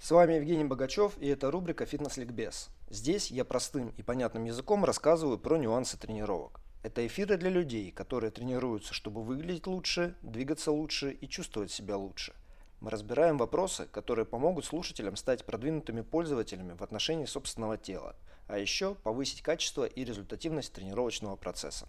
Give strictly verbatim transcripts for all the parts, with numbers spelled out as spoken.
С вами Евгений Богачев, и это рубрика «Фитнес-ликбез». Здесь я простым и понятным языком рассказываю про нюансы тренировок. Это эфиры для людей, которые тренируются, чтобы выглядеть лучше, двигаться лучше и чувствовать себя лучше. Мы разбираем вопросы, которые помогут слушателям стать продвинутыми пользователями в отношении собственного тела, а еще повысить качество и результативность тренировочного процесса.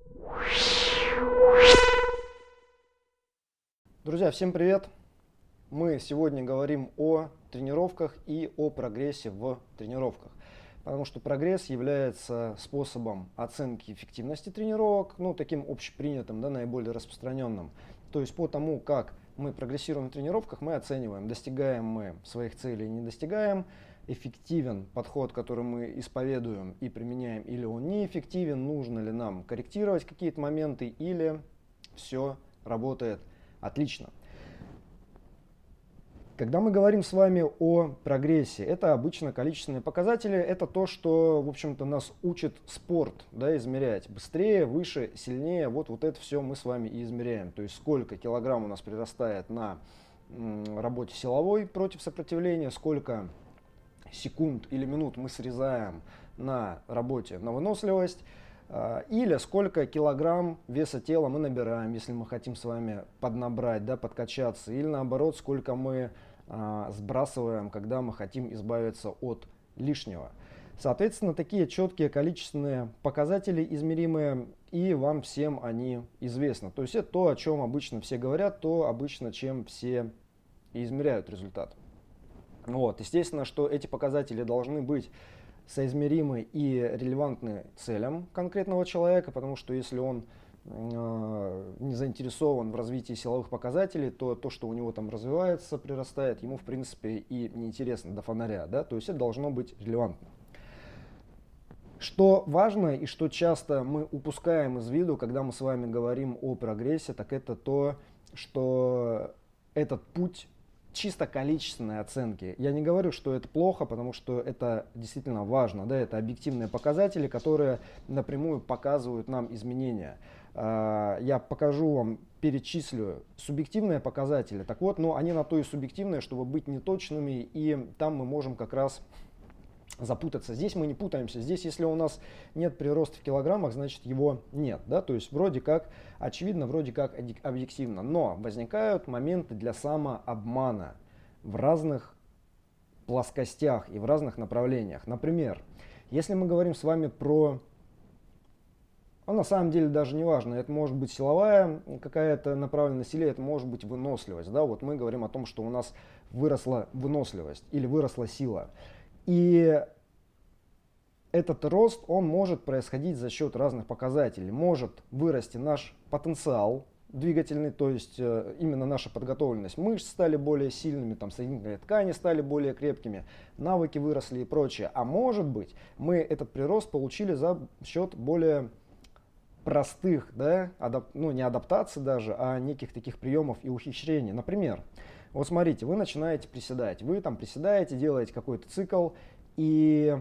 Друзья, всем привет! Мы сегодня говорим о тренировках и о прогрессе в тренировках. Потому что прогресс является способом оценки эффективности тренировок, ну, таким общепринятым, да, наиболее распространенным. То есть по тому, как мы прогрессируем в тренировках, мы оцениваем, достигаем мы своих целей, не достигаем, эффективен подход, который мы исповедуем и применяем, или он неэффективен, нужно ли нам корректировать какие-то моменты, или все работает отлично. Когда мы говорим с вами о прогрессе, это обычно количественные показатели, это то, что, в общем-то, нас учит спорт, да, измерять. Быстрее, выше, сильнее, вот, вот это все мы с вами и измеряем. То есть сколько килограмм у нас прирастает на м, работе силовой против сопротивления, сколько секунд или минут мы срезаем на работе на выносливость, э, или сколько килограмм веса тела мы набираем, если мы хотим с вами поднабрать, да, подкачаться, или наоборот, сколько мы э, сбрасываем, когда мы хотим избавиться от лишнего. Соответственно, такие четкие количественные показатели измеримые, и вам всем они известны. То есть это то, о чем обычно все говорят, то обычно, чем все измеряют результат. Вот. Естественно, что эти показатели должны быть соизмеримы и релевантны целям конкретного человека, потому что если он э, не заинтересован в развитии силовых показателей, то то, что у него там развивается, прирастает, ему в принципе и неинтересно до фонаря, да? То есть это должно быть релевантно. Что важно и что часто мы упускаем из виду, когда мы с вами говорим о прогрессе, так это то, что этот путь чисто количественной оценки. Я не говорю, что это плохо, потому что это действительно важно. Да? Это объективные показатели, которые напрямую показывают нам изменения. Я покажу вам, перечислю субъективные показатели. Так вот, ну, они на то и субъективные, чтобы быть неточными, и там мы можем как раз запутаться. Здесь мы не путаемся. Здесь, если у нас нет прироста в килограммах, значит его нет. Да? То есть вроде как очевидно, вроде как объективно. Но возникают моменты для самообмана в разных плоскостях и в разных направлениях. Например, если мы говорим с вами про... А на самом деле даже не важно, это может быть силовая какая-то направленность или это может быть выносливость. Да? Вот мы говорим о том, что у нас выросла выносливость или выросла сила. И этот рост, он может происходить за счет разных показателей. Может вырасти наш потенциал двигательный, то есть э, именно наша подготовленность мышц стали более сильными, там, соединительные ткани стали более крепкими, навыки выросли и прочее. А может быть, мы этот прирост получили за счет более простых, да, адап, ну не адаптации даже, а неких таких приемов и ухищрений. Например, вот смотрите, вы начинаете приседать, вы там приседаете, делаете какой-то цикл, и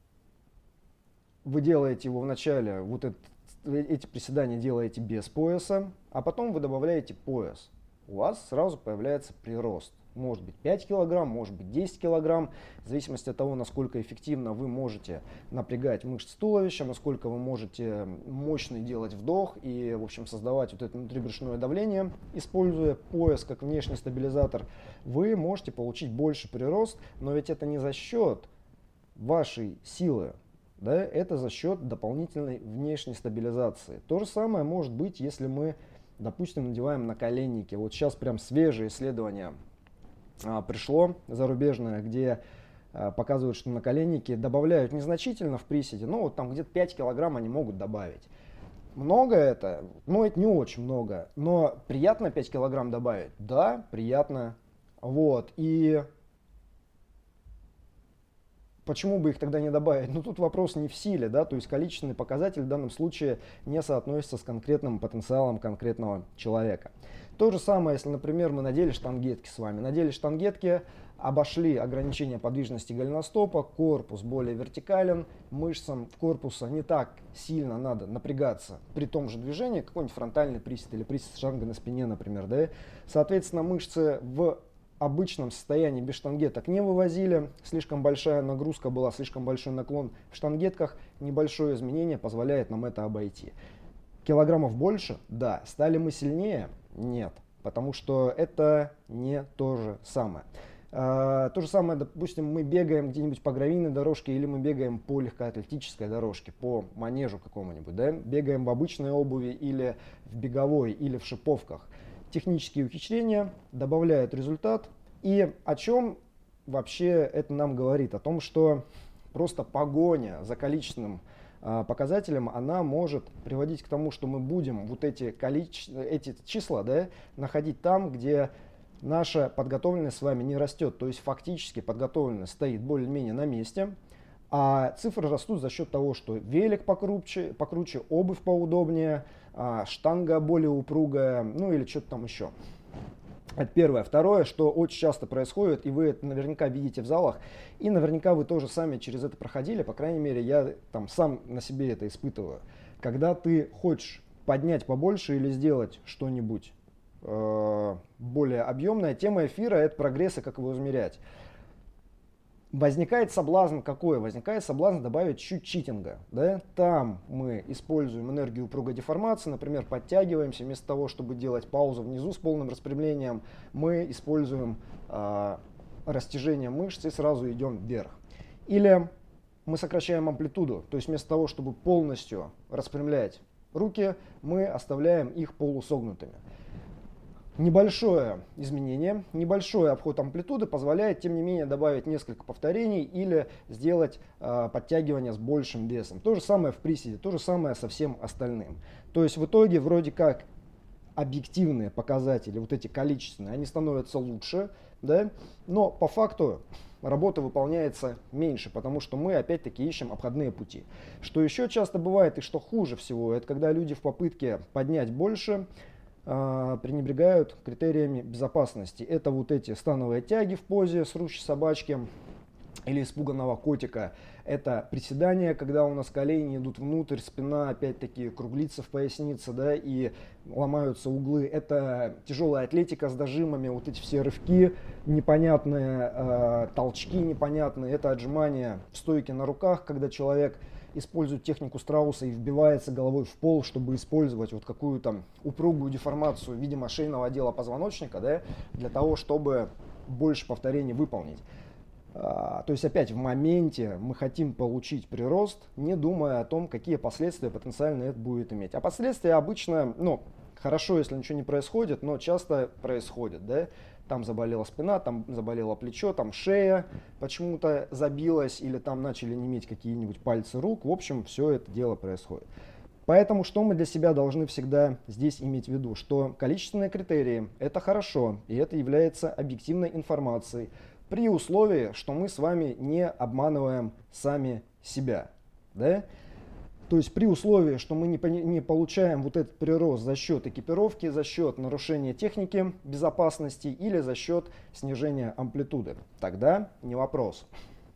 вы делаете его вначале, вот это, эти приседания делаете без пояса, а потом вы добавляете пояс. У вас сразу появляется прирост. Может быть пять килограмм, может быть десять килограмм, в зависимости от того, насколько эффективно вы можете напрягать мышцы туловища, насколько вы можете мощный делать вдох и, в общем, создавать вот это внутрибрюшное давление, используя пояс как внешний стабилизатор, вы можете получить больше прирост, но ведь это не за счет вашей силы, да, это за счет дополнительной внешней стабилизации. То же самое может быть, если мы, допустим, надеваем наколенники. Вот сейчас прям свежее исследование а, пришло зарубежное, где а, показывают, что наколенники добавляют незначительно в приседе, но вот там где-то пять килограмм они могут добавить. Много это? Ну, это не очень много, но приятно пять килограмм добавить? Да, приятно. Вот, и почему бы их тогда не добавить? Ну, тут вопрос не в силе, да, то есть количественный показатель в данном случае не соотносится с конкретным потенциалом конкретного человека. То же самое, если, например, мы надели штангетки с вами. Надели штангетки, обошли ограничение подвижности голеностопа, корпус более вертикален, мышцам корпуса не так сильно надо напрягаться при том же движении, какой-нибудь фронтальный присед или присед штанга на спине, например, да. Соответственно, мышцы в обычном состоянии без штангеток не вывозили, слишком большая нагрузка была, слишком большой наклон в штангетках, небольшое изменение позволяет нам это обойти. Килограммов больше? Да. Стали мы сильнее? Нет, потому что это не то же самое. А, то же самое, допустим, мы бегаем где-нибудь по гравийной дорожке или мы бегаем по легкоатлетической дорожке, по манежу какому-нибудь, да? Бегаем в обычной обуви или в беговой, или в шиповках. Технические ухищрения добавляют результат. И о чем вообще это нам говорит? О том, что просто погоня за количественным а, показателем, она может приводить к тому, что мы будем вот эти, количе... эти числа, да, находить там, где наша подготовленность с вами не растет. То есть фактически подготовленность стоит более-менее на месте. А цифры растут за счет того, что велик покруче, покруче обувь поудобнее, штанга более упругая, ну или что-то там еще. Это первое. Второе, что очень часто происходит, и вы это наверняка видите в залах, и наверняка вы тоже сами через это проходили, по крайней мере, я там сам на себе это испытываю. Когда ты хочешь поднять побольше или сделать что-нибудь э, более объемное, тема эфира — это прогресс и как его измерять. Возникает соблазн какой? Возникает соблазн добавить чуть читинга. Да? Там мы используем энергию упругой деформации, например, подтягиваемся, вместо того, чтобы делать паузу внизу с полным распрямлением, мы используем э, растяжение мышц и сразу идем вверх. Или мы сокращаем амплитуду, то есть вместо того, чтобы полностью распрямлять руки, мы оставляем их полусогнутыми. Небольшое изменение, небольшой обход амплитуды позволяет, тем не менее, добавить несколько повторений или сделать э, подтягивание с большим весом. То же самое в приседе, то же самое со всем остальным. То есть в итоге вроде как объективные показатели, вот эти количественные, они становятся лучше, да? Но по факту работа выполняется меньше, потому что мы опять-таки ищем обходные пути. Что еще часто бывает и что хуже всего, это когда люди в попытке поднять больше пренебрегают критериями безопасности. Это вот эти становые тяги в позе срущей собачки или испуганного котика. Это приседания, когда у нас колени идут внутрь, спина опять-таки круглится в пояснице, да, и ломаются углы. Это тяжелая атлетика с дожимами, вот эти все рывки непонятные, э, толчки непонятные. Это отжимания в стойке на руках, когда человек использует технику страуса и вбивается головой в пол, чтобы использовать вот какую-то упругую деформацию, видимо, шейного отдела позвоночника, да, для того, чтобы больше повторений выполнить. А, то есть опять в моменте мы хотим получить прирост, не думая о том, какие последствия потенциально это будет иметь. А последствия обычно, ну, хорошо, если ничего не происходит, но часто происходит, да. Там заболела спина, там заболело плечо, там шея почему-то забилась, или там начали неметь какие-нибудь пальцы рук. В общем, все это дело происходит. Поэтому что мы для себя должны всегда здесь иметь в виду? Что количественные критерии – это хорошо, и это является объективной информацией, при условии, что мы с вами не обманываем сами себя. Да? То есть при условии, что мы не, не получаем вот этот прирост за счет экипировки, за счет нарушения техники безопасности или за счет снижения амплитуды, тогда не вопрос.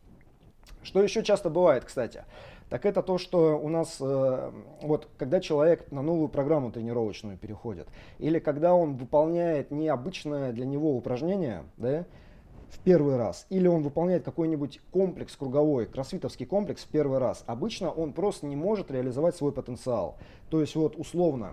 Что еще часто бывает, кстати, так это то, что у нас, э, вот когда человек на новую программу тренировочную переходит, или когда он выполняет необычное для него упражнение, да, в первый раз, или он выполняет какой-нибудь комплекс круговой, кроссфитовский комплекс в первый раз, обычно он просто не может реализовать свой потенциал. То есть вот условно,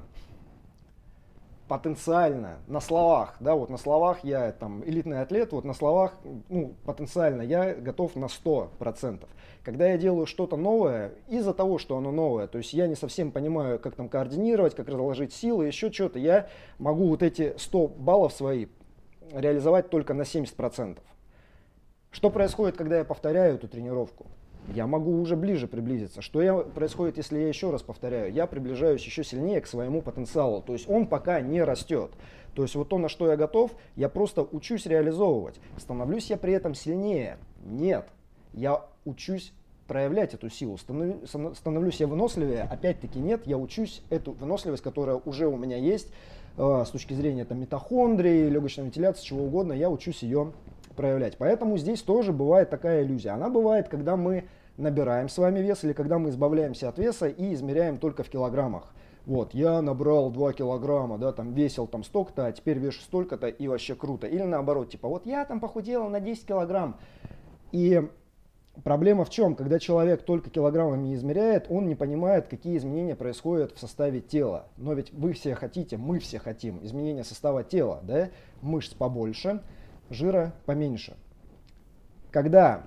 потенциально, на словах, да, вот на словах я там элитный атлет, вот на словах, ну, потенциально я готов на сто процентов. Когда я делаю что-то новое, из-за того, что оно новое, то есть я не совсем понимаю, как там координировать, как разложить силы, еще что-то, я могу вот эти сто баллов свои реализовать только на семьдесят процентов. Что происходит, когда я повторяю эту тренировку? Я могу уже ближе приблизиться. Что я, происходит, если я еще раз повторяю? Я приближаюсь еще сильнее к своему потенциалу. То есть он пока не растет. То есть вот то, на что я готов, я просто учусь реализовывать. Становлюсь я при этом сильнее? Нет. Я учусь проявлять эту силу. Становлюсь я выносливее? Опять-таки нет. Я учусь эту выносливость, которая уже у меня есть, с точки зрения там, митохондрий, легочной вентиляции, чего угодно, я учусь ее проявлять. Поэтому здесь тоже бывает такая иллюзия. Она бывает, когда мы набираем с вами вес или когда мы избавляемся от веса и измеряем только в килограммах. Вот, я набрал два килограмма, да, там весил там столько-то, а теперь вешу столько-то и вообще круто. Или наоборот, типа, вот я там похудела на десять килограмм. И проблема в чем? Когда человек только килограммами измеряет, он не понимает, какие изменения происходят в составе тела. Но ведь вы все хотите, мы все хотим изменения состава тела, да? Мышц побольше, жира поменьше. Когда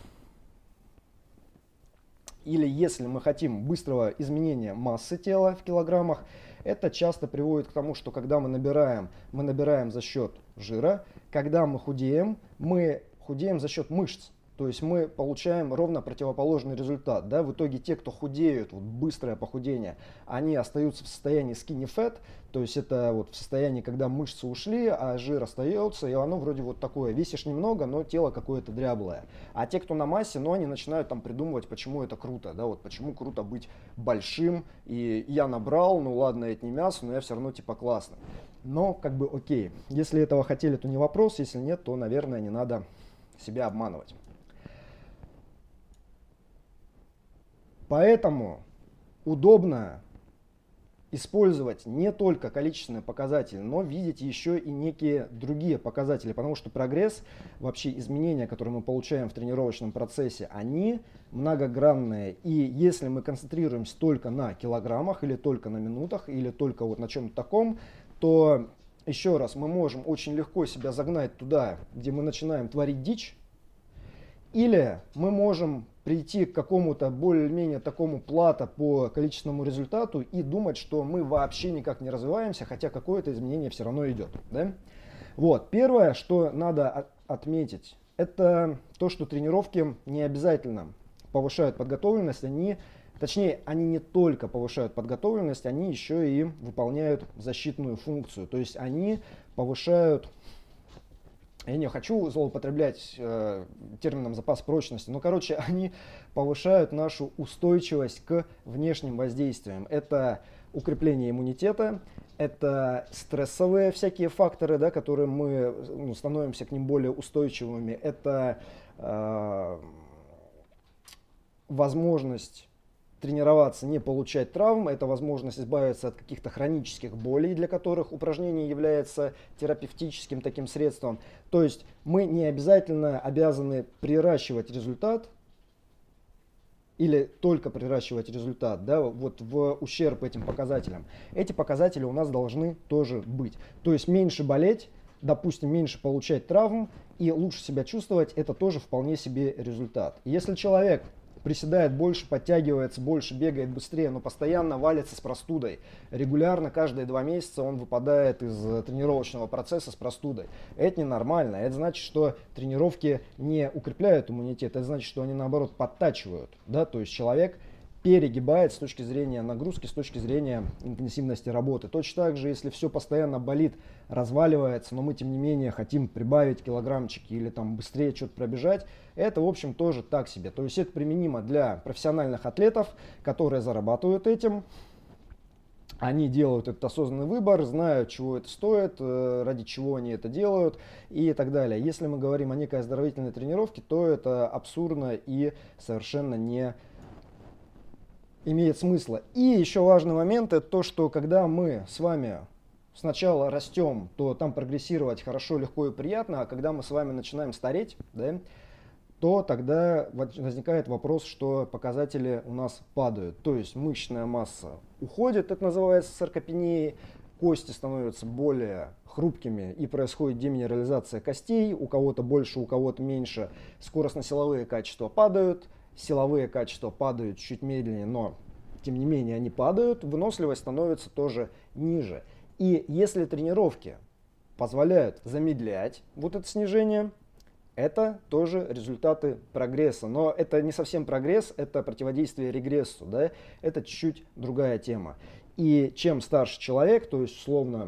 или если мы хотим быстрого изменения массы тела в килограммах, это часто приводит к тому, что когда мы набираем, мы набираем за счет жира, когда мы худеем, мы худеем за счет мышц. То есть мы получаем ровно противоположный результат. Да? В итоге те, кто худеют, вот быстрое похудение, они остаются в состоянии skinny fat, то есть это вот в состоянии, когда мышцы ушли, а жир остается, и оно вроде вот такое. Весишь немного, но тело какое-то дряблое. А те, кто на массе, ну они начинают там придумывать, почему это круто. Да? Вот почему круто быть большим, и я набрал, ну ладно, это не мясо, но я все равно типа классно. Но как бы окей. Если этого хотели, то не вопрос, если нет, то, наверное, не надо себя обманывать. Поэтому удобно использовать не только количественные показатели, но видеть еще и некие другие показатели, потому что прогресс, вообще изменения, которые мы получаем в тренировочном процессе, они многогранные. И если мы концентрируемся только на килограммах, или только на минутах, или только вот на чем-то таком, то еще раз, мы можем очень легко себя загнать туда, где мы начинаем творить дичь, или мы можем прийти к какому-то более-менее такому плато по количественному результату и думать, что мы вообще никак не развиваемся, хотя какое-то изменение все равно идет. Да? Вот. Первое, что надо отметить, это то, что тренировки не обязательно повышают подготовленность, они, точнее, они не только повышают подготовленность, они еще и выполняют защитную функцию. То есть они повышают... Я не хочу злоупотреблять э, термином запас прочности, но, короче, они повышают нашу устойчивость к внешним воздействиям. Это укрепление иммунитета, это стрессовые всякие факторы, да, которые мы ну, становимся к ним более устойчивыми. Это э, возможность тренироваться, не получать травм, это возможность избавиться от каких-то хронических болей, для которых упражнение является терапевтическим таким средством. То есть мы не обязательно обязаны приращивать результат или только приращивать результат, да, вот в ущерб этим показателям. Эти показатели у нас должны тоже быть. То есть меньше болеть, допустим, меньше получать травм и лучше себя чувствовать, это тоже вполне себе результат. Если человек приседает больше, подтягивается больше, бегает быстрее, но постоянно валится с простудой. Регулярно, каждые два месяца он выпадает из тренировочного процесса с простудой. Это ненормально. Это значит, что тренировки не укрепляют иммунитет. Это значит, что они наоборот подтачивают. Да? То есть человек перегибает с точки зрения нагрузки, с точки зрения интенсивности работы. Точно так же, если все постоянно болит, разваливается, но мы тем не менее хотим прибавить килограммчики или там быстрее что-то пробежать, это в общем тоже так себе. То есть это применимо для профессиональных атлетов, которые зарабатывают этим. Они делают этот осознанный выбор, знают, чего это стоит, ради чего они это делают и так далее. Если мы говорим о некой оздоровительной тренировке, то это абсурдно и совершенно не имеет смысла. И еще важный момент, это то, что когда мы с вами сначала растем, то там прогрессировать хорошо, легко и приятно, а когда мы с вами начинаем стареть, да, то тогда возникает вопрос, что показатели у нас падают. То есть мышечная масса уходит, это называется саркопенией, кости становятся более хрупкими и происходит деминерализация костей, у кого-то больше, у кого-то меньше, скоростно-силовые качества падают, силовые качества падают чуть медленнее, но тем не менее они падают, выносливость становится тоже ниже. И если тренировки позволяют замедлять вот это снижение, это тоже результаты прогресса. Но это не совсем прогресс, это противодействие регрессу, да? Это чуть-чуть другая тема. И чем старше человек, то есть условно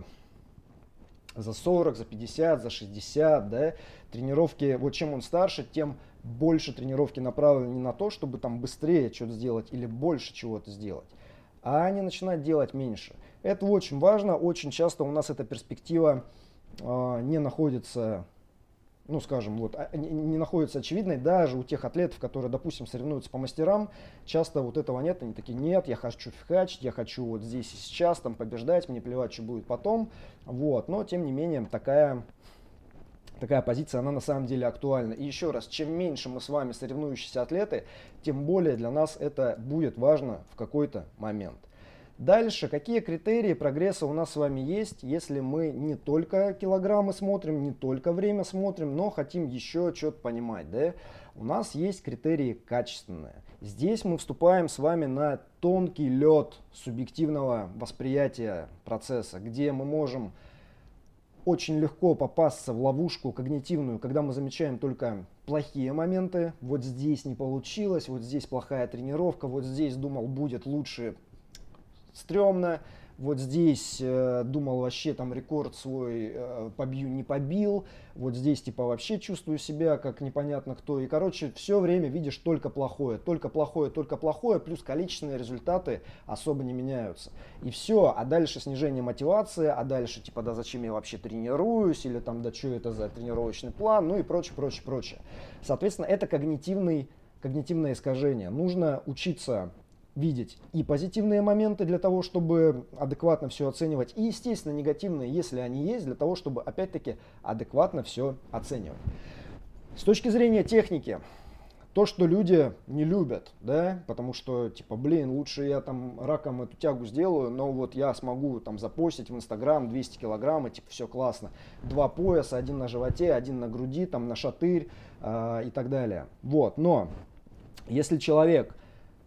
за сорок, за пятьдесят, за шестьдесят, да, тренировки, вот чем он старше, тем больше тренировки направлены не на то, чтобы там быстрее что-то сделать или больше чего-то сделать, а они начинают делать меньше. Это очень важно. Очень часто у нас эта перспектива э, не находится ну, скажем, вот, не, не находится очевидной даже у тех атлетов, которые, допустим, соревнуются по мастерам, часто вот этого нет, они такие, нет, я хочу фигачить, я хочу вот здесь и сейчас там побеждать, мне плевать, что будет потом, вот, но, тем не менее, такая... Такая позиция, она на самом деле актуальна. И еще раз, чем меньше мы с вами соревнующиеся атлеты, тем более для нас это будет важно в какой-то момент. Дальше, какие критерии прогресса у нас с вами есть, если мы не только килограммы смотрим, не только время смотрим, но хотим еще что-то понимать, да? У нас есть критерии качественные. Здесь мы вступаем с вами на тонкий лед субъективного восприятия процесса, где мы можем очень легко попасться в ловушку когнитивную, когда мы замечаем только плохие моменты. Вот здесь не получилось, вот здесь плохая тренировка, вот здесь думал будет лучше, стрёмно. Вот здесь э, думал вообще там рекорд свой э, побью, не побил. Вот здесь типа вообще чувствую себя как непонятно кто. И короче все время видишь только плохое, только плохое, только плохое. Плюс количественные результаты особо не меняются. И все. А дальше снижение мотивации. А дальше типа да зачем я вообще тренируюсь. Или там да что это за тренировочный план. Ну и прочее, прочее, прочее. Соответственно это когнитивный, когнитивное искажение. Нужно учиться видеть и позитивные моменты для того, чтобы адекватно все оценивать, и, естественно, негативные, если они есть, для того, чтобы, опять-таки, адекватно все оценивать. С точки зрения техники, то, что люди не любят, да, потому что, типа, блин, лучше я там раком эту тягу сделаю, но вот я смогу там запостить в Инстаграм двести килограмм, и, типа, все классно. Два пояса, один на животе, один на груди, там, на шатырь э, и так далее. Вот, но если человек...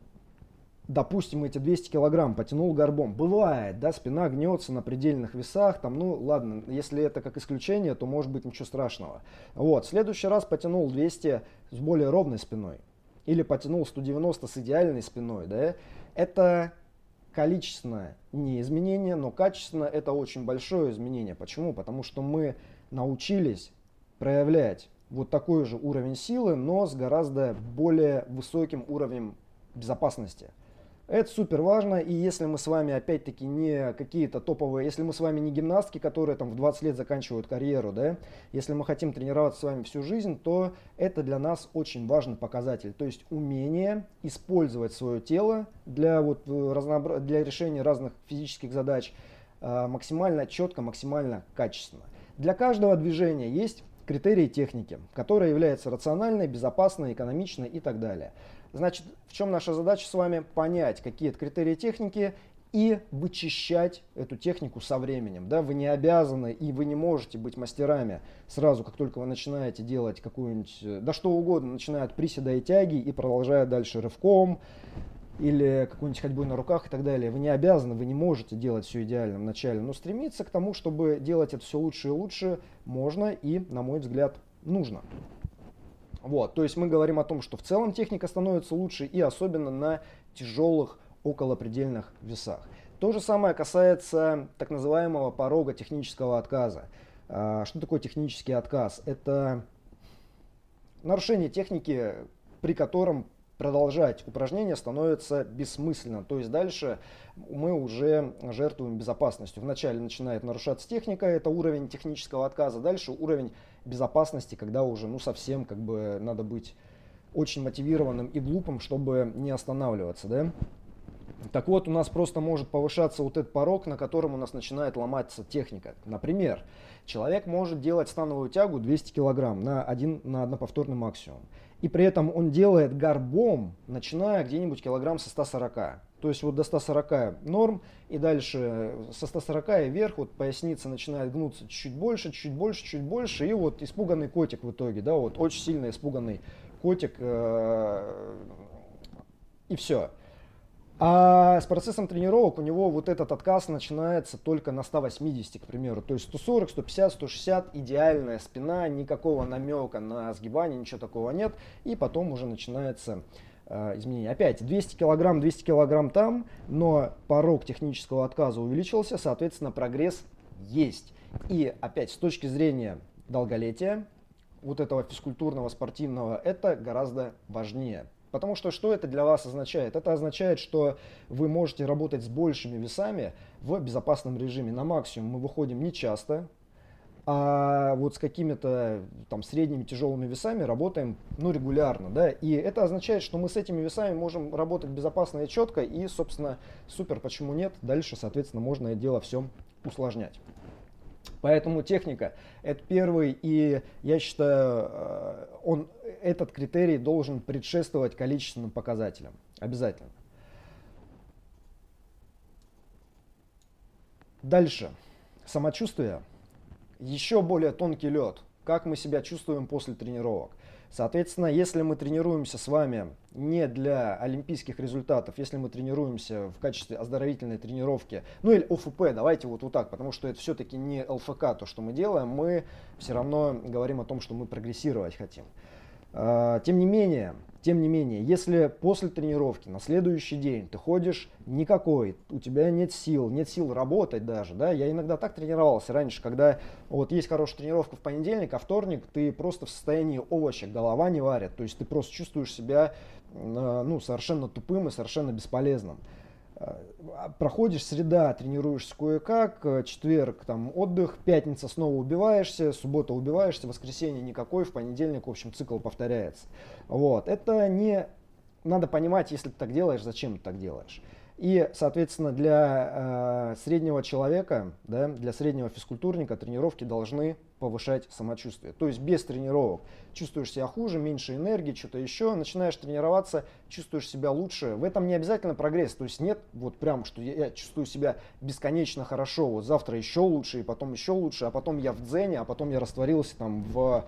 Допустим, эти двести килограмм потянул горбом. Бывает, да, спина гнется на предельных весах. Там, ну ладно, если это как исключение, то может быть ничего страшного. Вот, в следующий раз потянул двести с более ровной спиной. Или потянул сто девяносто с идеальной спиной. Да? Это количественно не изменение, но качественно это очень большое изменение. Почему? Потому что мы научились проявлять вот такой же уровень силы, но с гораздо более высоким уровнем безопасности. Это супер важно, и если мы с вами опять-таки не какие-то топовые, если мы с вами не гимнастки, которые там в двадцать лет заканчивают карьеру, да, если мы хотим тренироваться с вами всю жизнь, то это для нас очень важный показатель, то есть умение использовать свое тело для, вот, разнообра... для решения разных физических задач э, максимально четко, максимально качественно. Для каждого движения есть критерии техники, которая является рациональной, безопасной, экономичной и так далее. Значит, в чем наша задача с вами? Понять, какие это критерии техники и вычищать эту технику со временем. Да? Вы не обязаны и вы не можете быть мастерами сразу, как только вы начинаете делать какую-нибудь, да что угодно, начиная от приседа и тяги и продолжая дальше рывком или какой-нибудь ходьбой на руках и так далее. Вы не обязаны, вы не можете делать все идеально вначале, но стремиться к тому, чтобы делать это все лучше и лучше, можно и, на мой взгляд, нужно. Вот, то есть мы говорим о том, что в целом техника становится лучше и особенно на тяжелых околопредельных весах. То же самое касается так называемого порога технического отказа. Что такое технический отказ? Это нарушение техники, при котором продолжать упражнение становится бессмысленно. То есть дальше мы уже жертвуем безопасностью. Вначале начинает нарушаться техника, это уровень технического отказа. Дальше уровень безопасности, когда уже ну совсем как бы надо быть очень мотивированным и глупым, чтобы не останавливаться. Да? Так вот, у нас просто может повышаться вот этот порог, на котором у нас начинает ломаться техника. Например, человек может делать становую тягу двести килограмм на, один, на одноповторный максимум. И при этом он делает горбом, начиная где-нибудь килограмм со ста сорока. То есть вот до ста сорока норм, и дальше со ста сорока и вверх вот поясница начинает гнуться чуть больше, чуть больше, чуть больше. И вот испуганный котик в итоге, да, вот очень сильно испуганный котик, э, и все. А с процессом тренировок у него вот этот отказ начинается только на ста восьмидесяти, к примеру. То есть сто сорок, сто пятьдесят, сто шестьдесят, идеальная спина, никакого намека на сгибание, ничего такого нет. И потом уже начинается э, изменение. Опять двести килограмм, двести килограмм там, но порог технического отказа увеличился, соответственно прогресс есть. И опять с точки зрения долголетия, вот этого физкультурного, спортивного, это гораздо важнее. Потому что что это для вас означает? Это означает, что вы можете работать с большими весами в безопасном режиме. На максимум мы выходим не часто. а вот с какими-то там средними тяжелыми весами работаем, ну, регулярно, да, и это означает, что мы с этими весами можем работать безопасно и четко, и, собственно, супер, почему нет, дальше, соответственно, можно это дело все усложнять. Поэтому техника – это первый, и я считаю, он, этот критерий должен предшествовать количественным показателям, обязательно. Дальше, самочувствие. Еще более тонкий лед. Как мы себя чувствуем после тренировок. Соответственно, если мы тренируемся с вами не для олимпийских результатов, если мы тренируемся в качестве оздоровительной тренировки, ну или ОФП, давайте вот, вот так, потому что это все-таки не ЛФК, то, что мы делаем, мы все равно говорим о том, что мы прогрессировать хотим. Тем не менее, тем не менее, если после тренировки на следующий день ты ходишь никакой, у тебя нет сил, нет сил работать даже, да, я иногда так тренировался раньше, когда вот есть хорошая тренировка в понедельник, а вторник ты просто в состоянии овоща, голова не варит, то есть ты просто чувствуешь себя, ну, совершенно тупым и совершенно бесполезным. Проходишь среда, тренируешься кое-как, четверг там отдых, пятница снова убиваешься, суббота убиваешься, воскресенье никакой, в понедельник, в общем, цикл повторяется. Вот. Это не... Надо понимать, если ты так делаешь, зачем ты так делаешь. И, соответственно, для э, среднего человека, да, для среднего физкультурника тренировки должны повышать самочувствие. То есть без тренировок чувствуешь себя хуже, меньше энергии, что-то еще, начинаешь тренироваться, чувствуешь себя лучше. В этом не обязательно прогресс, то есть нет вот прям, что я, я чувствую себя бесконечно хорошо, вот завтра еще лучше, и потом еще лучше, а потом я в дзене, а потом я растворился там в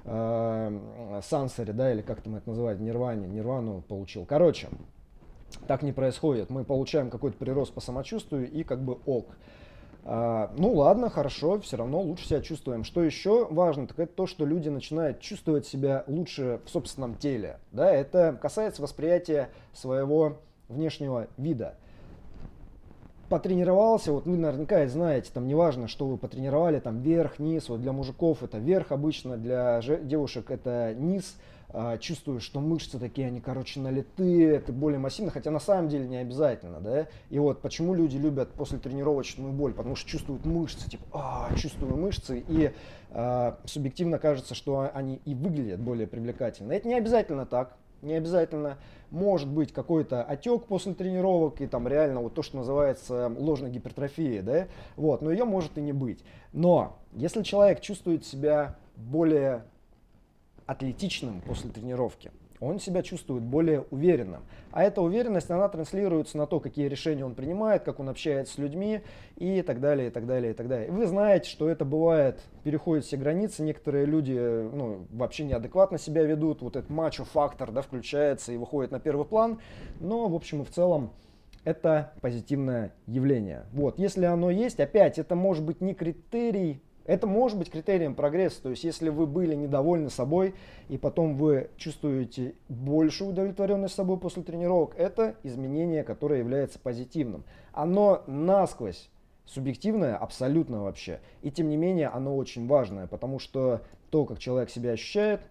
э, сансоре, да, или как там это называют, нирване, нирвану получил. Короче, так не происходит. Мы получаем какой-то прирост по самочувствию и как бы ок. А, ну ладно, хорошо, все равно лучше себя чувствуем. Что еще важно, так это то, что люди начинают чувствовать себя лучше в собственном теле. Да, это касается восприятия своего внешнего вида. Потренировался, вот вы наверняка это знаете, там неважно, что вы потренировали, там верх, низ, вот для мужиков это верх обычно, для девушек это низ. Чувствуешь, что мышцы такие, они, короче, налитые, ты более массивный, хотя на самом деле не обязательно, да. И вот почему люди любят после тренировочную боль, потому что чувствуют мышцы, типа, а, чувствую мышцы, и а, субъективно кажется, что они и выглядят более привлекательно. Это не обязательно так, не обязательно. Может быть какой-то отек после тренировок и там реально вот то, что называется ложной гипертрофией, да, вот, но ее может и не быть. Но если человек чувствует себя более атлетичным после тренировки, он себя чувствует более уверенным. А эта уверенность, она транслируется на то, какие решения он принимает, как он общается с людьми и так далее, и так далее, и так далее. И вы знаете, что это бывает, переходит все границы, некоторые люди, ну, вообще неадекватно себя ведут, вот этот мачо-фактор, да, включается и выходит на первый план, но, в общем и в целом, это позитивное явление. Вот, если оно есть, опять, это может быть не критерий. Это может быть критерием прогресса, то есть если вы были недовольны собой и потом вы чувствуете большую удовлетворенность собой после тренировок, это изменение, которое является позитивным. Оно насквозь субъективное, абсолютно вообще, и тем не менее оно очень важное, потому что то, как человек себя ощущает,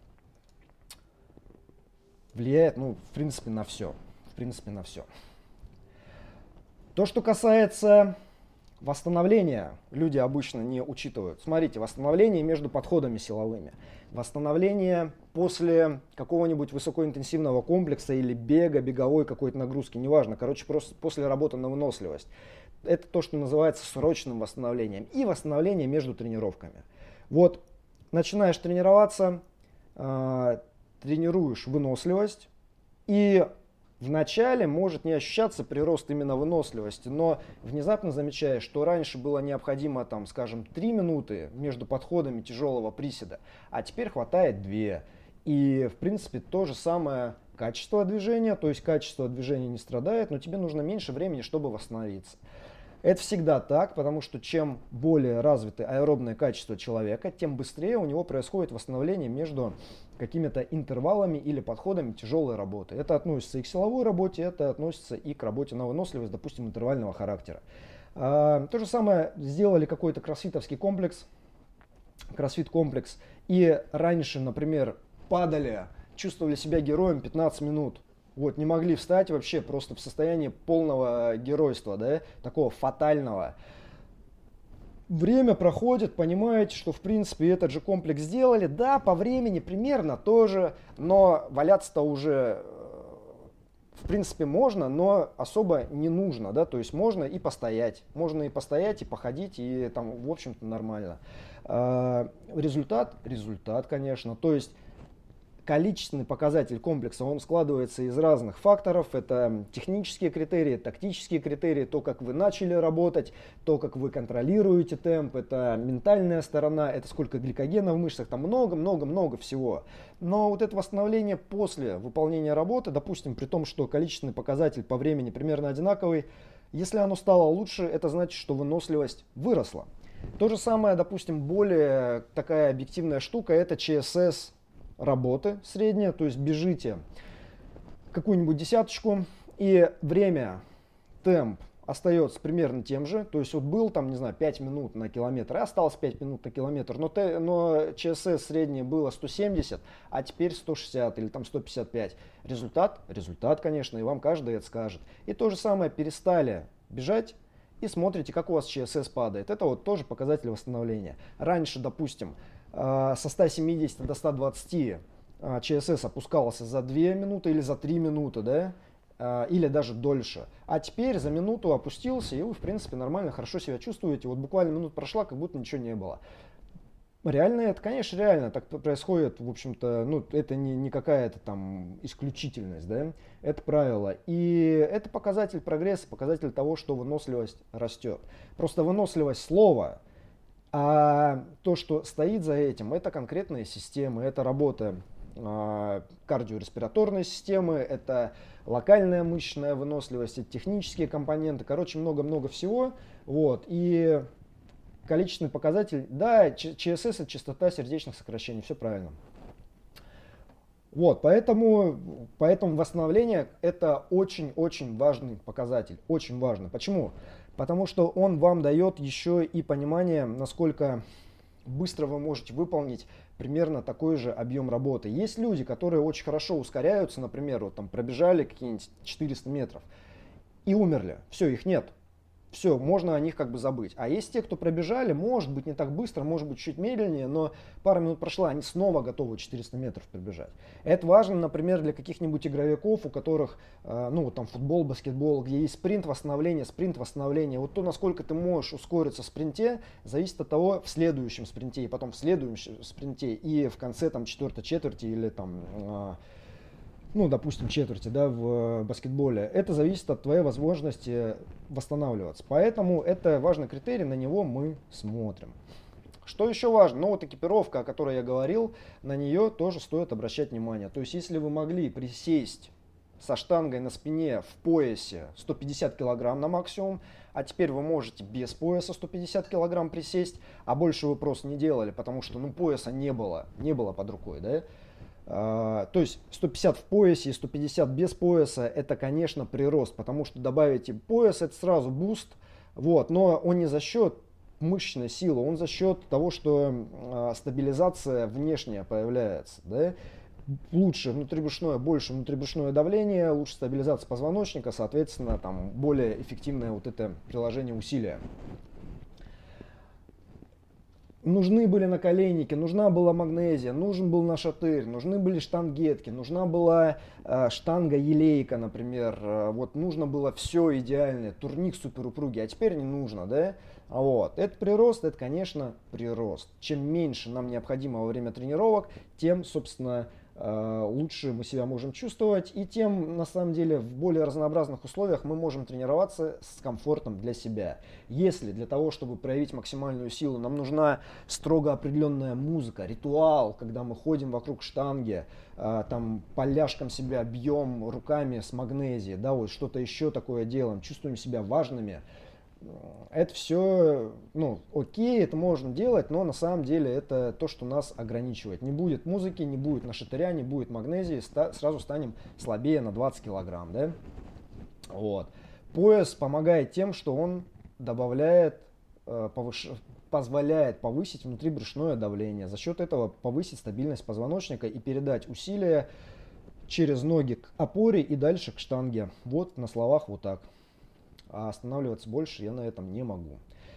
влияет, ну, в принципе, на все. В принципе, на все. То, что касается восстановление люди обычно не учитывают. Смотрите, восстановление между подходами силовыми. Восстановление после какого-нибудь высокоинтенсивного комплекса или бега, беговой какой-то нагрузки, неважно. Короче, просто после работы на выносливость. Это то, что называется срочным восстановлением. И восстановление между тренировками. Вот начинаешь тренироваться, э, тренируешь выносливость, и вначале может не ощущаться прирост именно выносливости, но внезапно замечаешь, что раньше было необходимо, там, скажем, три минуты между подходами тяжелого приседа, а теперь хватает две. И, в принципе, то же самое качество движения, то есть качество движения не страдает, но тебе нужно меньше времени, чтобы восстановиться. Это всегда так, потому что чем более развиты аэробные качества человека, тем быстрее у него происходит восстановление между какими-то интервалами или подходами тяжелой работы. Это относится и к силовой работе, это относится и к работе на выносливость, допустим, интервального характера. А, то же самое сделали какой-то кроссфитовский комплекс, кроссфит-комплекс, и раньше, например, падали, чувствовали себя героем пятнадцать минут. Вот, не могли встать вообще, просто в состоянии полного геройства, да, такого фатального. Время проходит, понимаете, что в принципе этот же комплекс сделали. Да, по времени примерно тоже, но валяться-то уже в принципе можно, но особо не нужно, да, то есть можно и постоять, можно и постоять, и походить, и там, в общем-то, нормально. Результат, результат, конечно, то есть количественный показатель комплекса, он складывается из разных факторов. Это технические критерии, тактические критерии, то, как вы начали работать, то, как вы контролируете темп, это ментальная сторона, это сколько гликогена в мышцах, там много-много-много всего. Но вот это восстановление после выполнения работы, допустим, при том, что количественный показатель по времени примерно одинаковый, если оно стало лучше, это значит, что выносливость выросла. То же самое, допустим, более такая объективная штука, это ЧСС работы средняя, то есть бежите какую-нибудь десяточку, и время, темп остается примерно тем же, то есть вот был там, не знаю, пять минут на километр, и осталось пять минут на километр, но, те, но ЧСС среднее было сто семьдесят, а теперь сто шестьдесят или там сто пятьдесят пять. Результат? Результат, конечно, и вам каждый это скажет. И то же самое, перестали бежать, и смотрите, как у вас ЧСС падает. Это вот тоже показатель восстановления. Раньше, допустим, со ста семидесяти до ста двадцати ЧСС опускался за две минуты или за три минуты, да, или даже дольше. А теперь за минуту опустился, и вы, в принципе, нормально, хорошо себя чувствуете. Вот буквально минута прошла, как будто ничего не было. Реально это, конечно, реально так происходит, в общем-то, ну, это не, не какая-то там исключительность, да, это правило. И это показатель прогресса, показатель того, что выносливость растет. Просто выносливость слова, а то, что стоит за этим, это конкретные системы, это работа э, кардиореспираторной системы, это локальная мышечная выносливость, это технические компоненты, короче, много-много всего, вот, и количественный показатель, да, ЧСС это частота сердечных сокращений, все правильно. Вот, поэтому, поэтому восстановление это очень-очень важный показатель, очень важно. Почему? Потому что он вам дает еще и понимание, насколько быстро вы можете выполнить примерно такой же объем работы. Есть люди, которые очень хорошо ускоряются, например, вот там пробежали какие-нибудь четыреста метров и умерли, все, их нет. Все, можно о них как бы забыть. А есть те, кто пробежали, может быть не так быстро, может быть чуть медленнее, но пара минут прошла, они снова готовы четыреста метров пробежать. Это важно, например, для каких-нибудь игровиков, у которых, ну вот там футбол, баскетбол, где есть спринт, восстановление, спринт, восстановление. Вот то, насколько ты можешь ускориться в спринте, зависит от того в следующем спринте, и потом в следующем спринте, и в конце там четвертой четверти или там... ну, допустим, четверти, да, в баскетболе, это зависит от твоей возможности восстанавливаться. Поэтому это важный критерий, на него мы смотрим. Что еще важно? Ну, вот экипировка, о которой я говорил, на нее тоже стоит обращать внимание. То есть, если вы могли присесть со штангой на спине в поясе сто пятьдесят килограмм на максимум, а теперь вы можете без пояса сто пятьдесят килограмм присесть, а больше вы просто не делали, потому что, ну, пояса не было, не было под рукой, да? Uh, то есть сто пятьдесят в поясе и сто пятьдесят без пояса это, конечно, прирост, потому что добавите пояс, это сразу буст, вот, но он не за счет мышечной силы, он за счет того, что uh, стабилизация внешняя появляется, да? Лучше внутрибрюшное, больше внутрибрюшное давление, лучше стабилизация позвоночника, соответственно, там более эффективное вот это приложение усилия. Нужны были наколенники, нужна была магнезия, нужен был нашатырь, нужны были штангетки, нужна была э, штанга елейка, например. Э, вот нужно было все идеальное, турник суперупруги, а теперь не нужно, да? Вот. Это прирост, это, конечно, прирост. Чем меньше нам необходимо во время тренировок, тем, собственно, лучше мы себя можем чувствовать, и тем, на самом деле, в более разнообразных условиях мы можем тренироваться с комфортом для себя. Если для того, чтобы проявить максимальную силу, нам нужна строго определенная музыка, ритуал, когда мы ходим вокруг штанги, там поляшком себя бьем руками с магнезией, да, вот что-то еще такое делаем, чувствуем себя важными, это все, ну, окей, это можно делать, но на самом деле это то, что нас ограничивает. Не будет музыки, не будет нашатыря, не будет магнезии, ста- сразу станем слабее на двадцать килограмм, да? Вот. Пояс помогает тем, что он добавляет, э, повыш... позволяет повысить внутрибрюшное давление. За счет этого повысить стабильность позвоночника и передать усилия через ноги к опоре и дальше к штанге. Вот на словах вот так. А останавливаться больше я на этом не могу.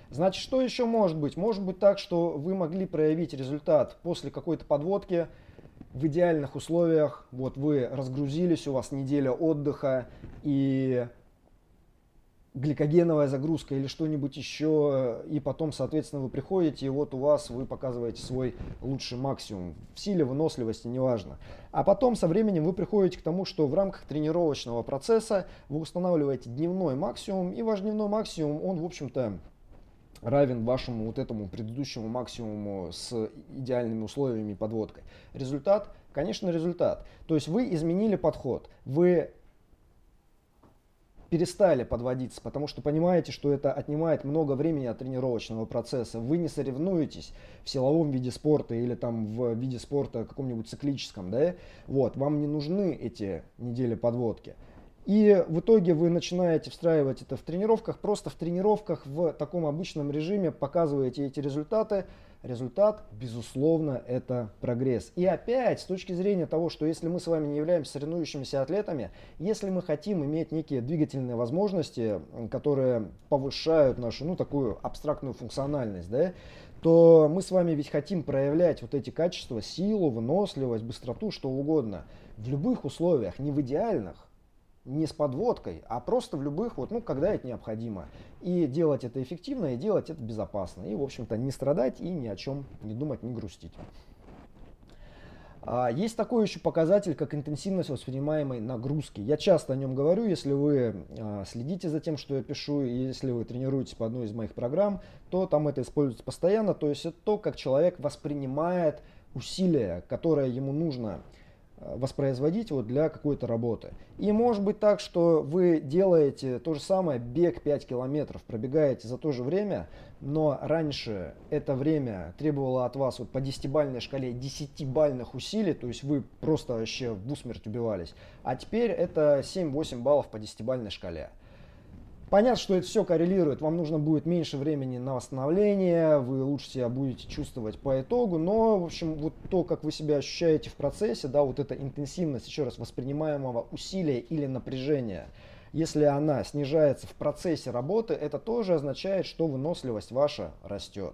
Значит, что еще может быть? Может быть так, что вы могли проявить результат после какой-то подводки в идеальных условиях. Вот вы разгрузились, у вас неделя отдыха и гликогеновая загрузка или что-нибудь еще, и потом, соответственно, вы приходите, и вот у вас вы показываете свой лучший максимум в силе, выносливости, неважно. А потом со временем вы приходите к тому, что в рамках тренировочного процесса вы устанавливаете дневной максимум, и ваш дневной максимум, он, в общем-то, равен вашему вот этому предыдущему максимуму с идеальными условиями и подводкой. Результат? Конечно, результат. То есть вы изменили подход, вы перестали подводиться, потому что понимаете, что это отнимает много времени от тренировочного процесса. Вы не соревнуетесь в силовом виде спорта или там в виде спорта каком-нибудь циклическом, да? Вот, вам не нужны эти недели подводки. И в итоге вы начинаете встраивать это в тренировках, просто в тренировках в таком обычном режиме показываете эти результаты. Результат, безусловно, это прогресс. И опять, с точки зрения того, что если мы с вами не являемся соревнующимися атлетами, если мы хотим иметь некие двигательные возможности, которые повышают нашу, ну, такую абстрактную функциональность, да, то мы с вами ведь хотим проявлять вот эти качества, силу, выносливость, быстроту, что угодно, в любых условиях, не в идеальных. Не с подводкой, а просто в любых, вот, ну, когда это необходимо. И делать это эффективно, и делать это безопасно. И, в общем-то, не страдать и ни о чем не думать, не грустить. А, есть такой еще показатель, как интенсивность воспринимаемой нагрузки. Я часто о нем говорю, если вы а, следите за тем, что я пишу, и если вы тренируетесь по одной из моих программ, то там это используется постоянно. То есть это то, как человек воспринимает усилия, которое ему нужно воспроизводить вот для какой-то работы. И может быть так, что вы делаете то же самое, бег пять километров, пробегаете за то же время, но раньше это время требовало от вас вот по десятибалльной шкале десятибалльных усилий, то есть вы просто вообще в усмерть убивались, а теперь это семь-восемь баллов по десятибалльной шкале. Понятно, что это все коррелирует, вам нужно будет меньше времени на восстановление, вы лучше себя будете чувствовать по итогу, но, в общем, вот то, как вы себя ощущаете в процессе, да, вот эта интенсивность, еще раз, воспринимаемого усилия или напряжения, если она снижается в процессе работы, это тоже означает, что выносливость ваша растет.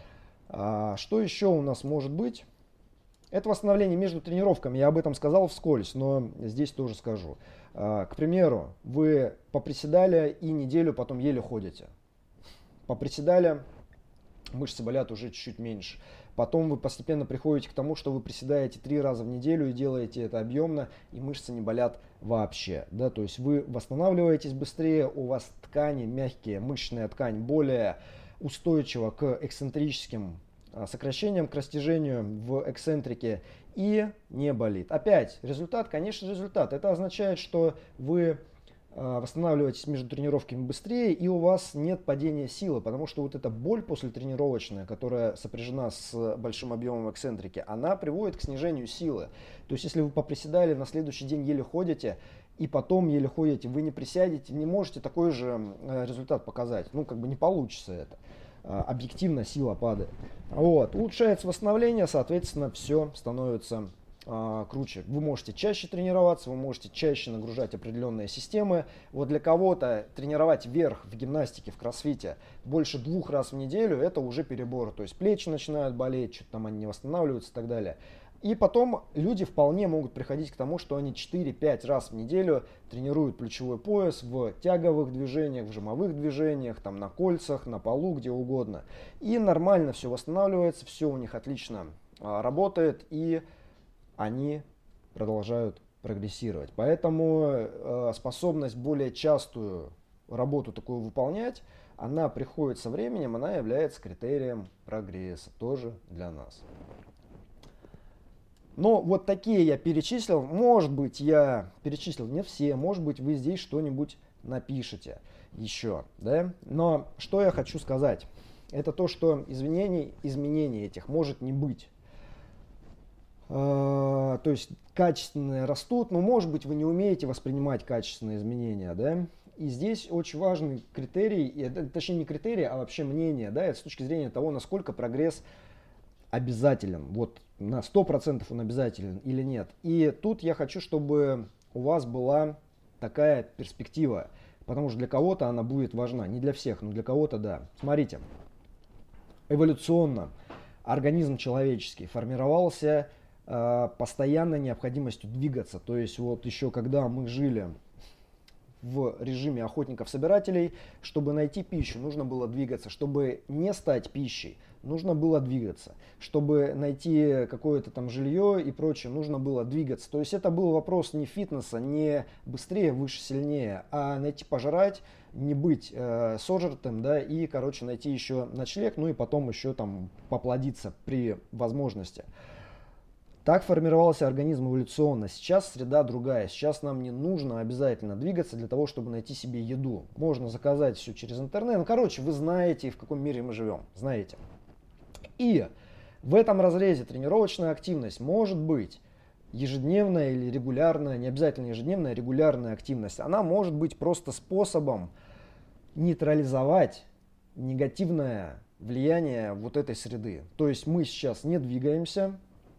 А что еще у нас может быть? Это восстановление между тренировками, я об этом сказал вскользь, но здесь тоже скажу. К примеру, вы поприседали и неделю потом еле ходите. Поприседали, мышцы болят уже чуть-чуть меньше. Потом вы постепенно приходите к тому, что вы приседаете три раза в неделю и делаете это объемно, и мышцы не болят вообще. Да? То есть вы восстанавливаетесь быстрее, у вас ткани мягкие, мышечная ткань более устойчива к эксцентрическим сокращением, к растяжению в эксцентрике и не болит. Опять, результат, конечно, результат. Это означает, что вы восстанавливаетесь между тренировками быстрее и у вас нет падения силы, потому что вот эта боль послетренировочная, которая сопряжена с большим объемом эксцентрики, она приводит к снижению силы. То есть если вы поприседали, на следующий день еле ходите, и потом еле ходите, вы не присядете, не можете такой же результат показать. Ну, как бы не получится это. Объективно сила падает. Вот. Улучшается восстановление, соответственно, все становится а, круче. Вы можете чаще тренироваться, вы можете чаще нагружать определенные системы. Вот для кого-то тренировать верх в гимнастике, в кроссфите больше двух раз в неделю, это уже перебор. То есть плечи начинают болеть, что-то там они не восстанавливаются и так далее. И потом люди вполне могут приходить к тому, что они четыре-пять раз в неделю тренируют плечевой пояс в тяговых движениях, в жимовых движениях, там на кольцах, на полу, где угодно. И нормально все восстанавливается, все у них отлично а, работает, и они продолжают прогрессировать. Поэтому э, способность более частую работу такую выполнять, она приходит со временем, она является критерием прогресса тоже для нас. Но вот такие я перечислил. Может быть, я перечислил не все. Может быть, вы здесь что-нибудь напишите еще. Да? Но что я хочу сказать? Это то, что изменений, изменений этих может не быть. То есть качественные растут, но может быть вы не умеете воспринимать качественные изменения. Да? И здесь очень важный критерий, точнее не критерий, а вообще мнение. Да? Это с точки зрения того, насколько прогресс обязателен. Вот на сто процентов он обязателен или нет. И тут я хочу, чтобы у вас была такая перспектива, потому что для кого-то она будет важна. Не для всех, но для кого-то да. Смотрите, эволюционно организм человеческий формировался э, постоянной необходимостью двигаться. То есть вот еще когда мы жили в режиме охотников-собирателей, чтобы найти пищу, нужно было двигаться. Чтобы не стать пищей, нужно было двигаться. Чтобы найти какое-то там жилье и прочее, нужно было двигаться. То есть это был вопрос не фитнеса, не быстрее, выше, сильнее, а найти пожрать, не быть э, сожратым, да, и, короче, найти еще ночлег, ну и потом еще там поплодиться при возможности. Так формировался организм эволюционно. Сейчас среда другая. Сейчас нам не нужно обязательно двигаться для того, чтобы найти себе еду. Можно заказать все через интернет. Ну, короче, вы знаете, в каком мире мы живем. Знаете. И в этом разрезе тренировочная активность может быть ежедневная или регулярная, не обязательно ежедневная, регулярная активность. Она может быть просто способом нейтрализовать негативное влияние вот этой среды. То есть мы сейчас не двигаемся,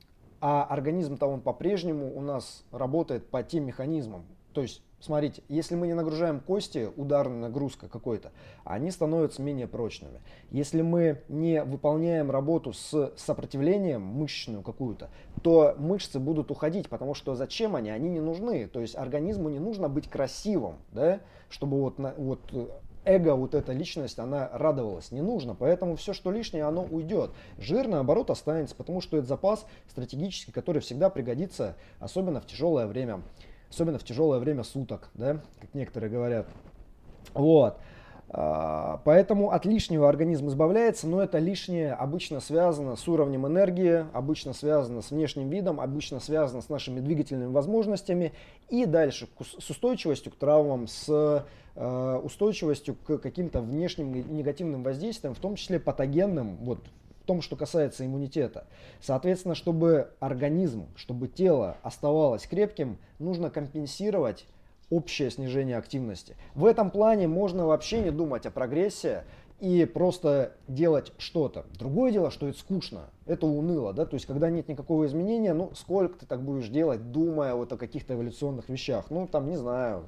а организм-то он по-прежнему у нас работает по тем механизмам. То есть, смотрите, если мы не нагружаем кости, ударная нагрузка какой-то, они становятся менее прочными. Если мы не выполняем работу с сопротивлением мышечную какую-то, то мышцы будут уходить, потому что зачем они? Они не нужны. То есть организму не нужно быть красивым, да, чтобы вот, вот эго, вот эта личность, она радовалась. Не нужно, поэтому все, что лишнее, оно уйдет. Жир, наоборот, останется, потому что это запас стратегический, который всегда пригодится, особенно в тяжелое время. Особенно в тяжелое время суток, да, как некоторые говорят. Вот. Поэтому от лишнего организм избавляется, но это лишнее обычно связано с уровнем энергии, обычно связано с внешним видом, обычно связано с нашими двигательными возможностями и дальше с устойчивостью к травмам, с устойчивостью к каким-то внешним негативным воздействиям, в том числе патогенным, вот, в том, что касается иммунитета. Соответственно, чтобы организм, чтобы тело оставалось крепким, нужно компенсировать общее снижение активности. В этом плане можно вообще не думать о прогрессе и просто делать что-то. Другое дело, что это скучно, это уныло, да, то есть когда нет никакого изменения, ну сколько ты так будешь делать, думая вот о каких-то эволюционных вещах, ну там, не знаю,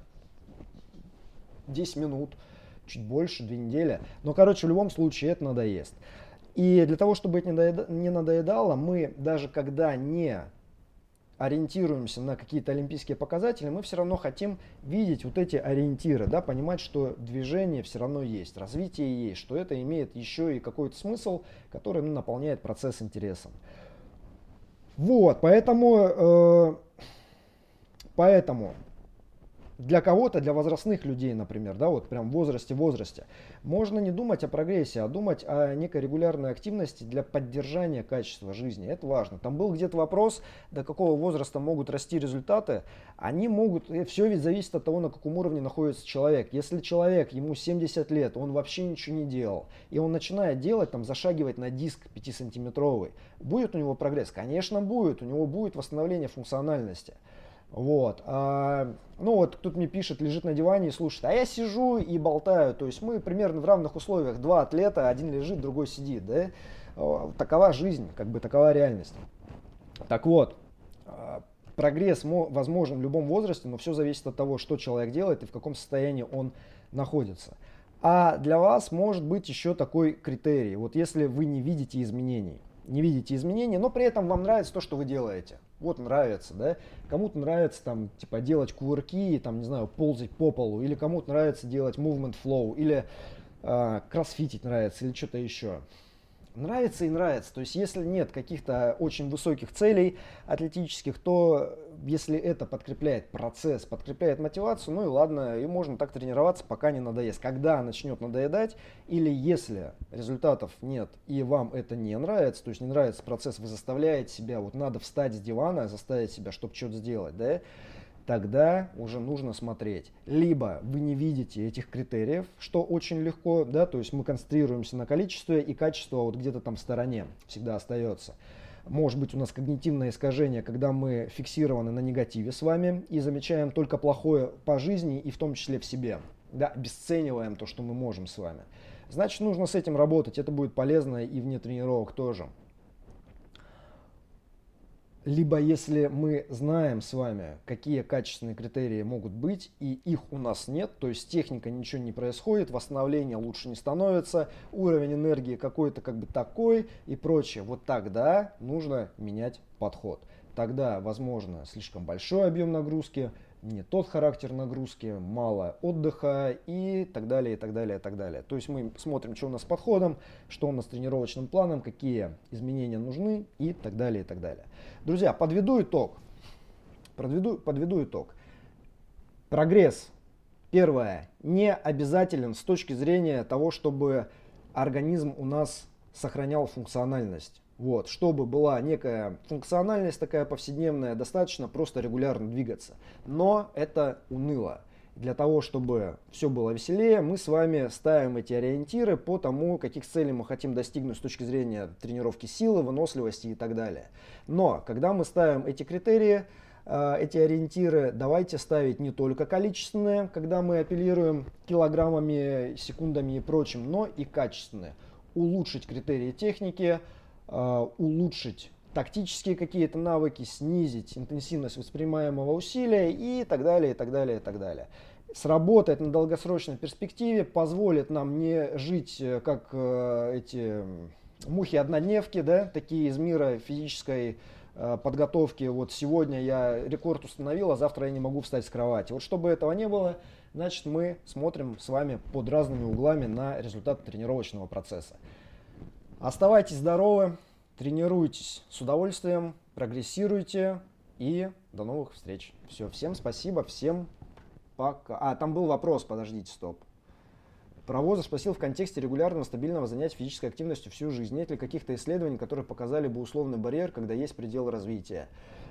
десять минут, чуть больше, две недели, но, короче, в любом случае это надоест. И для того, чтобы это не надоедало, мы даже когда не ориентируемся на какие-то олимпийские показатели, мы все равно хотим видеть вот эти ориентиры, да, понимать, что движение все равно есть, развитие есть, что это имеет еще и какой-то смысл, который, ну, наполняет процесс интересом. Вот, поэтому, э, поэтому для кого-то, для возрастных людей, например, да, вот прям в возрасте-возрасте, можно не думать о прогрессе, а думать о некой регулярной активности для поддержания качества жизни. Это важно. Там был где-то вопрос, до какого возраста могут расти результаты. Они могут, все ведь зависит от того, на каком уровне находится человек. Если человек, ему семьдесят лет, он вообще ничего не делал, и он начинает делать, там, зашагивать на диск пятисантиметровый, будет у него прогресс? Конечно, будет. У него будет восстановление функциональности. Вот. А, ну вот тут мне пишет, лежит на диване и слушает, а я сижу и болтаю. То есть мы примерно в равных условиях. Два атлета, один лежит, другой сидит. Да? Такова жизнь, как бы такова реальность. Так вот, прогресс возможен в любом возрасте, но все зависит от того, что человек делает и в каком состоянии он находится. А для вас может быть еще такой критерий. Вот если вы не видите изменений. Не видите изменений, но при этом вам нравится то, что вы делаете. Вот нравится, да. Кому-то нравится там, типа, делать кувырки, там, не знаю, ползать по полу, или кому-то нравится делать movement flow, или э, кроссфитить нравится, или что-то еще. Нравится и нравится. То есть, если нет каких-то очень высоких целей атлетических, то если это подкрепляет процесс, подкрепляет мотивацию, ну и ладно, и можно так тренироваться, пока не надоест. Когда начнет надоедать, или если результатов нет и вам это не нравится, то есть не нравится процесс, вы заставляете себя, вот надо встать с дивана, заставить себя, чтобы что-то сделать, да, тогда уже нужно смотреть. Либо вы не видите этих критериев, что очень легко, да, то есть мы концентрируемся на количестве, и качество вот где-то там в стороне всегда остается. Может быть у нас когнитивное искажение, когда мы фиксированы на негативе с вами и замечаем только плохое по жизни и в том числе в себе. Да, обесцениваем то, что мы можем с вами. Значит, нужно с этим работать, это будет полезно и вне тренировок тоже. Либо если мы знаем с вами, какие качественные критерии могут быть, и их у нас нет, то есть техника, ничего не происходит, восстановление лучше не становится, уровень энергии какой-то как бы такой и прочее, вот тогда нужно менять подход. Тогда, возможно, слишком большой объем нагрузки, не тот характер нагрузки, мало отдыха и так далее, и так далее, и так далее. То есть мы смотрим, что у нас с подходом, что у нас с тренировочным планом, какие изменения нужны и так далее, и так далее. Друзья, подведу итог. Подведу, подведу итог. Прогресс, первое, не обязателен с точки зрения того, чтобы организм у нас сохранял функциональность. Вот, чтобы была некая функциональность такая повседневная, достаточно просто регулярно двигаться. Но это уныло. Для того, чтобы все было веселее, мы с вами ставим эти ориентиры по тому, каких целей мы хотим достигнуть с точки зрения тренировки силы, выносливости и так далее. Но когда мы ставим эти критерии, эти ориентиры, давайте ставить не только количественные, когда мы апеллируем килограммами, секундами и прочим, но и качественные. Улучшить критерии техники, улучшить тактические какие-то навыки, снизить интенсивность воспринимаемого усилия и так далее, и так далее, и так далее. Сработает на долгосрочной перспективе, позволит нам не жить как э, эти мухи-однодневки, да, такие из мира физической э, подготовки. Вот сегодня я рекорд установил, а завтра я не могу встать с кровати. Вот чтобы этого не было, значит мы смотрим с вами под разными углами на результат тренировочного процесса. Оставайтесь здоровы, тренируйтесь с удовольствием, прогрессируйте и до новых встреч. Все, всем спасибо, всем пока. А, там был вопрос, подождите, стоп. Про возраст спросил в контексте регулярного стабильного занятия физической активностью всю жизнь. Нет ли каких-то исследований, которые показали бы условный барьер, когда есть предел развития?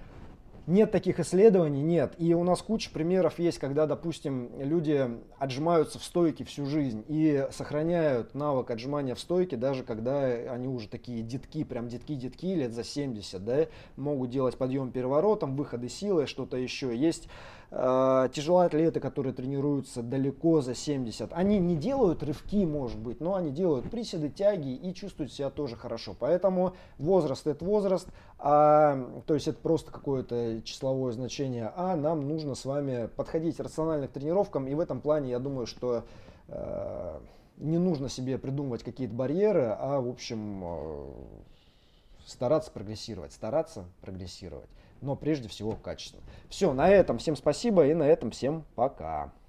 Нет таких исследований, нет. И у нас куча примеров есть, когда, допустим, люди отжимаются в стойке всю жизнь и сохраняют навык отжимания в стойке, даже когда они уже такие детки, прям детки-детки, лет за семьдесят, да, могут делать подъем переворотом, выходы силы, что-то еще. Есть э, тяжелоатлеты, которые тренируются далеко за семьдесят. Они не делают рывки, может быть, но они делают приседы, тяги и чувствуют себя тоже хорошо. Поэтому возраст — это возраст, а, то есть это просто какое-то числовое значение, а нам нужно с вами подходить рационально к тренировкам, и в этом плане я думаю, что э, не нужно себе придумывать какие-то барьеры, а в общем э, стараться прогрессировать, стараться прогрессировать, но прежде всего качественно. Все, на этом всем спасибо и на этом всем пока.